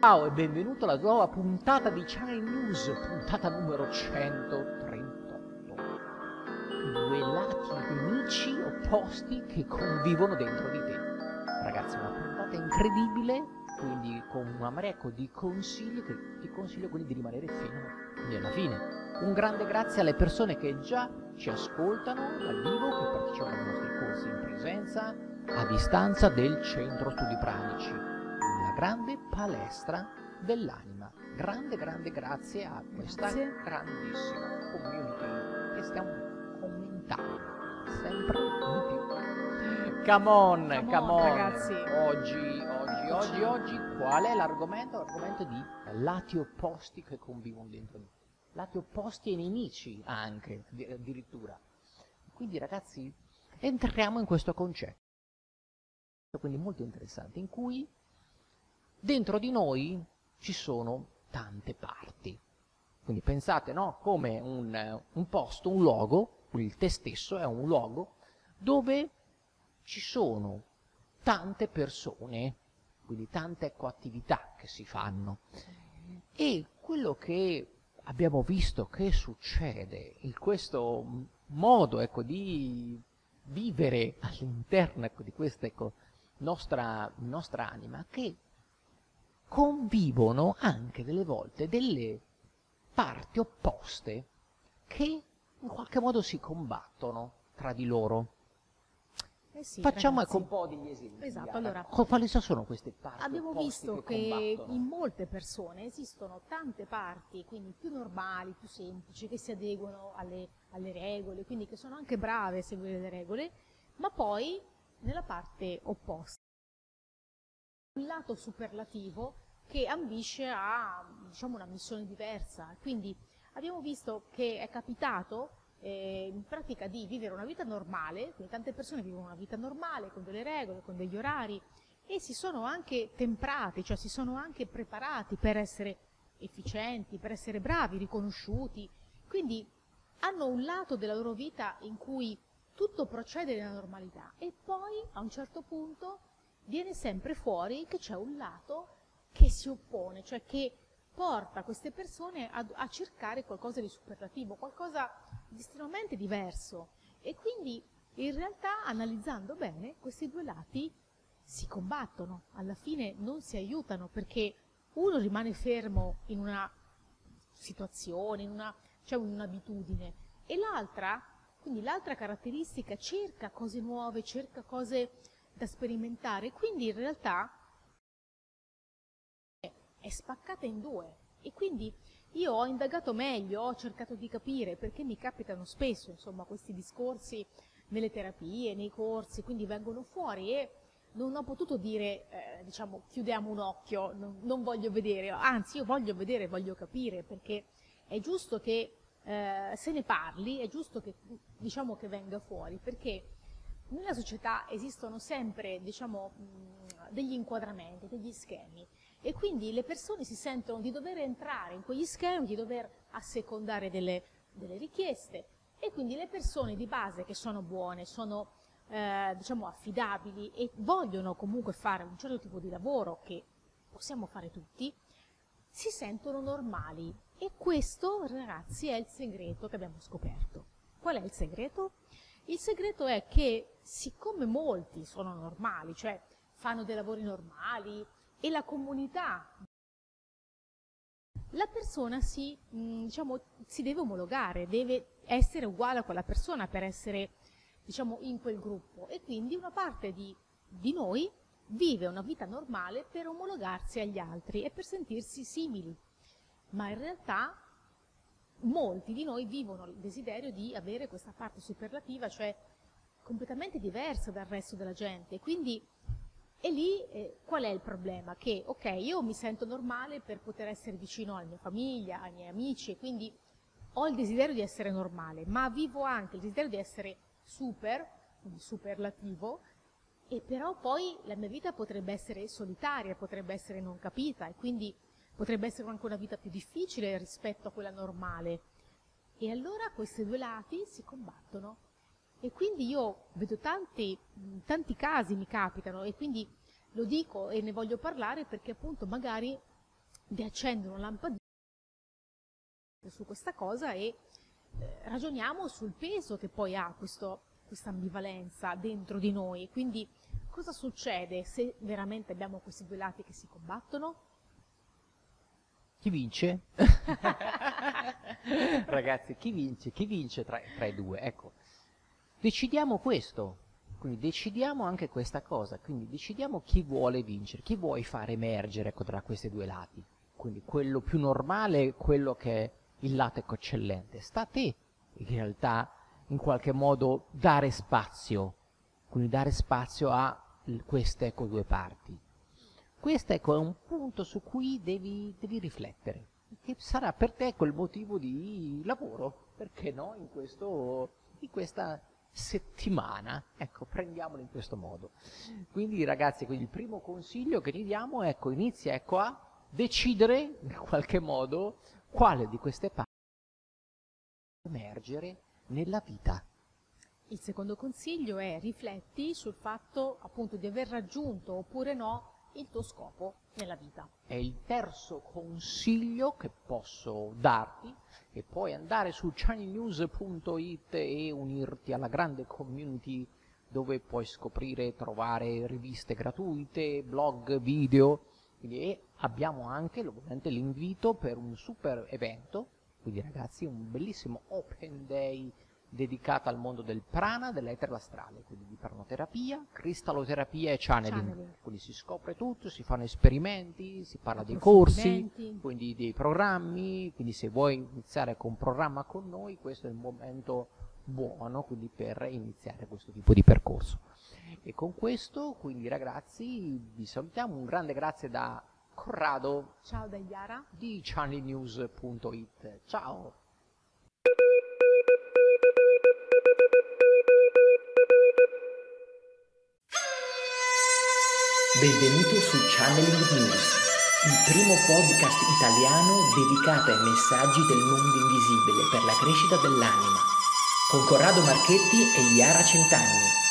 Ciao e benvenuto alla nuova puntata di Channel News, puntata numero 138. Due lati nemici opposti che convivono dentro di te. Ragazzi, una puntata incredibile, quindi con una marea di consigli che ti consiglio quindi di rimanere fino alla fine. Un grande grazie alle persone che già ci ascoltano dal vivo, che partecipano ai nostri corsi in presenza, a distanza del Centro Studi Pranici, la grande palestra dell'anima. Grande grazie a questa grandissima community che stiamo aumentando sempre di più. Come on Ragazzi. Oggi qual è l'argomento? L'argomento di lati opposti che convivono dentro di te. Lati opposti e nemici anche, addirittura. Quindi ragazzi, entriamo in questo concetto, quindi molto interessante, in cui dentro di noi ci sono tante parti. Quindi pensate, no? Come un posto, un luogo, il te stesso è un luogo dove ci sono tante persone, quindi tante attività che si fanno. E quello che abbiamo visto che succede in questo modo, ecco, di vivere all'interno, ecco, di questa, ecco, nostra anima, che convivono anche delle volte delle parti opposte che in qualche modo si combattono tra di loro. Sì, Facciamo ragazzi. ecco un po' degli esempi. Esatto, allora, quali sono queste parti abbiamo opposte visto che che combattono? in molte persone esistono tante parti, quindi più normali, più semplici, che si adeguano alle regole, quindi che sono anche brave a seguire le regole, ma poi nella parte opposta, un lato superlativo che ambisce a, diciamo, una missione diversa. Quindi abbiamo visto che è capitato in pratica di vivere una vita normale, quindi tante persone vivono una vita normale, con delle regole, con degli orari, e si sono anche temprati, cioè si sono anche preparati per essere efficienti, per essere bravi, riconosciuti. Quindi hanno un lato della loro vita in cui tutto procede nella normalità e poi a un certo punto viene sempre fuori che c'è un lato che si oppone, cioè che porta queste persone a cercare qualcosa di superlativo, qualcosa di estremamente diverso. E quindi in realtà, analizzando bene, questi due lati si combattono, alla fine non si aiutano, perché uno rimane fermo in una situazione, cioè un'abitudine, e l'altra, quindi l'altra caratteristica, cerca cose nuove, cerca cose da sperimentare, quindi in realtà è spaccata in due. E quindi io ho indagato meglio, ho cercato di capire, perché mi capitano spesso, insomma, questi discorsi nelle terapie, nei corsi, quindi vengono fuori e non ho potuto dire, diciamo, chiudiamo un occhio, non voglio vedere, anzi io voglio vedere, voglio capire, perché è giusto che se ne parli, è giusto che, diciamo, che venga fuori, perché nella società esistono sempre, diciamo, degli inquadramenti, degli schemi, e quindi le persone si sentono di dover entrare in quegli schemi, di dover assecondare delle richieste, e quindi le persone di base che sono buone, sono diciamo affidabili e vogliono comunque fare un certo tipo di lavoro che possiamo fare tutti, si sentono normali. E questo, ragazzi, è il segreto che abbiamo scoperto. Qual è il segreto? Il segreto è che, siccome molti sono normali, cioè fanno dei lavori normali, e la comunità, la persona diciamo, si deve omologare, deve essere uguale a quella persona per essere, diciamo, in quel gruppo, e quindi una parte di noi vive una vita normale per omologarsi agli altri e per sentirsi simili, ma in realtà molti di noi vivono il desiderio di avere questa parte superlativa, cioè completamente diversa dal resto della gente. Quindi, e lì qual è il problema? Che, ok, io mi sento normale per poter essere vicino alla mia famiglia, ai miei amici, e quindi ho il desiderio di essere normale, ma vivo anche il desiderio di essere super, quindi superlativo, e però poi la mia vita potrebbe essere solitaria, potrebbe essere non capita, e quindi potrebbe essere anche una vita più difficile rispetto a quella normale. E allora questi due lati si combattono. E quindi io vedo tanti casi mi capitano, e quindi lo dico e ne voglio parlare perché appunto magari di accendere una lampadina su questa cosa e ragioniamo sul peso che poi ha questa ambivalenza dentro di noi. Quindi cosa succede se veramente abbiamo questi due lati che si combattono? Chi vince? Ragazzi, chi vince? Chi vince tra i due? Ecco, decidiamo questo, quindi decidiamo anche questa cosa, quindi decidiamo chi vuole vincere, chi vuoi fare emergere, ecco, tra questi due lati. Quindi quello più normale e quello che è il lato eccellente. Sta a te, in realtà, in qualche modo dare spazio, quindi dare spazio a queste, ecco, due parti. Questo, ecco, è un punto su cui devi riflettere, che sarà per te quel motivo di lavoro, perché no, in questa settimana, ecco, prendiamolo in questo modo. Quindi ragazzi, quindi il primo consiglio che ti diamo, ecco, inizia, ecco, a decidere in qualche modo quale di queste parti emergere nella vita. Il secondo consiglio è: rifletti sul fatto appunto di aver raggiunto oppure no il tuo scopo nella vita. È il terzo consiglio che posso darti, e puoi andare su channelnews.it e unirti alla grande community dove puoi scoprire e trovare riviste gratuite, blog, video, e abbiamo anche ovviamente l'invito per un super evento, quindi ragazzi un bellissimo open day dedicato al mondo del prana, dell'etere astrale, quindi di pranoterapia, cristalloterapia e channeling. Quindi si scopre tutto, si fanno esperimenti, si parla dei corsi, quindi dei programmi, quindi se vuoi iniziare con un programma con noi, questo è il momento buono, quindi per iniziare questo tipo di percorso. E con questo, quindi ragazzi, vi salutiamo, un grande grazie da Corrado. Ciao da Iara di channelnews.it. Ciao! Benvenuto su Channeling News, il primo podcast italiano dedicato ai messaggi del mondo invisibile per la crescita dell'anima, con Corrado Marchetti e Iara Centanni.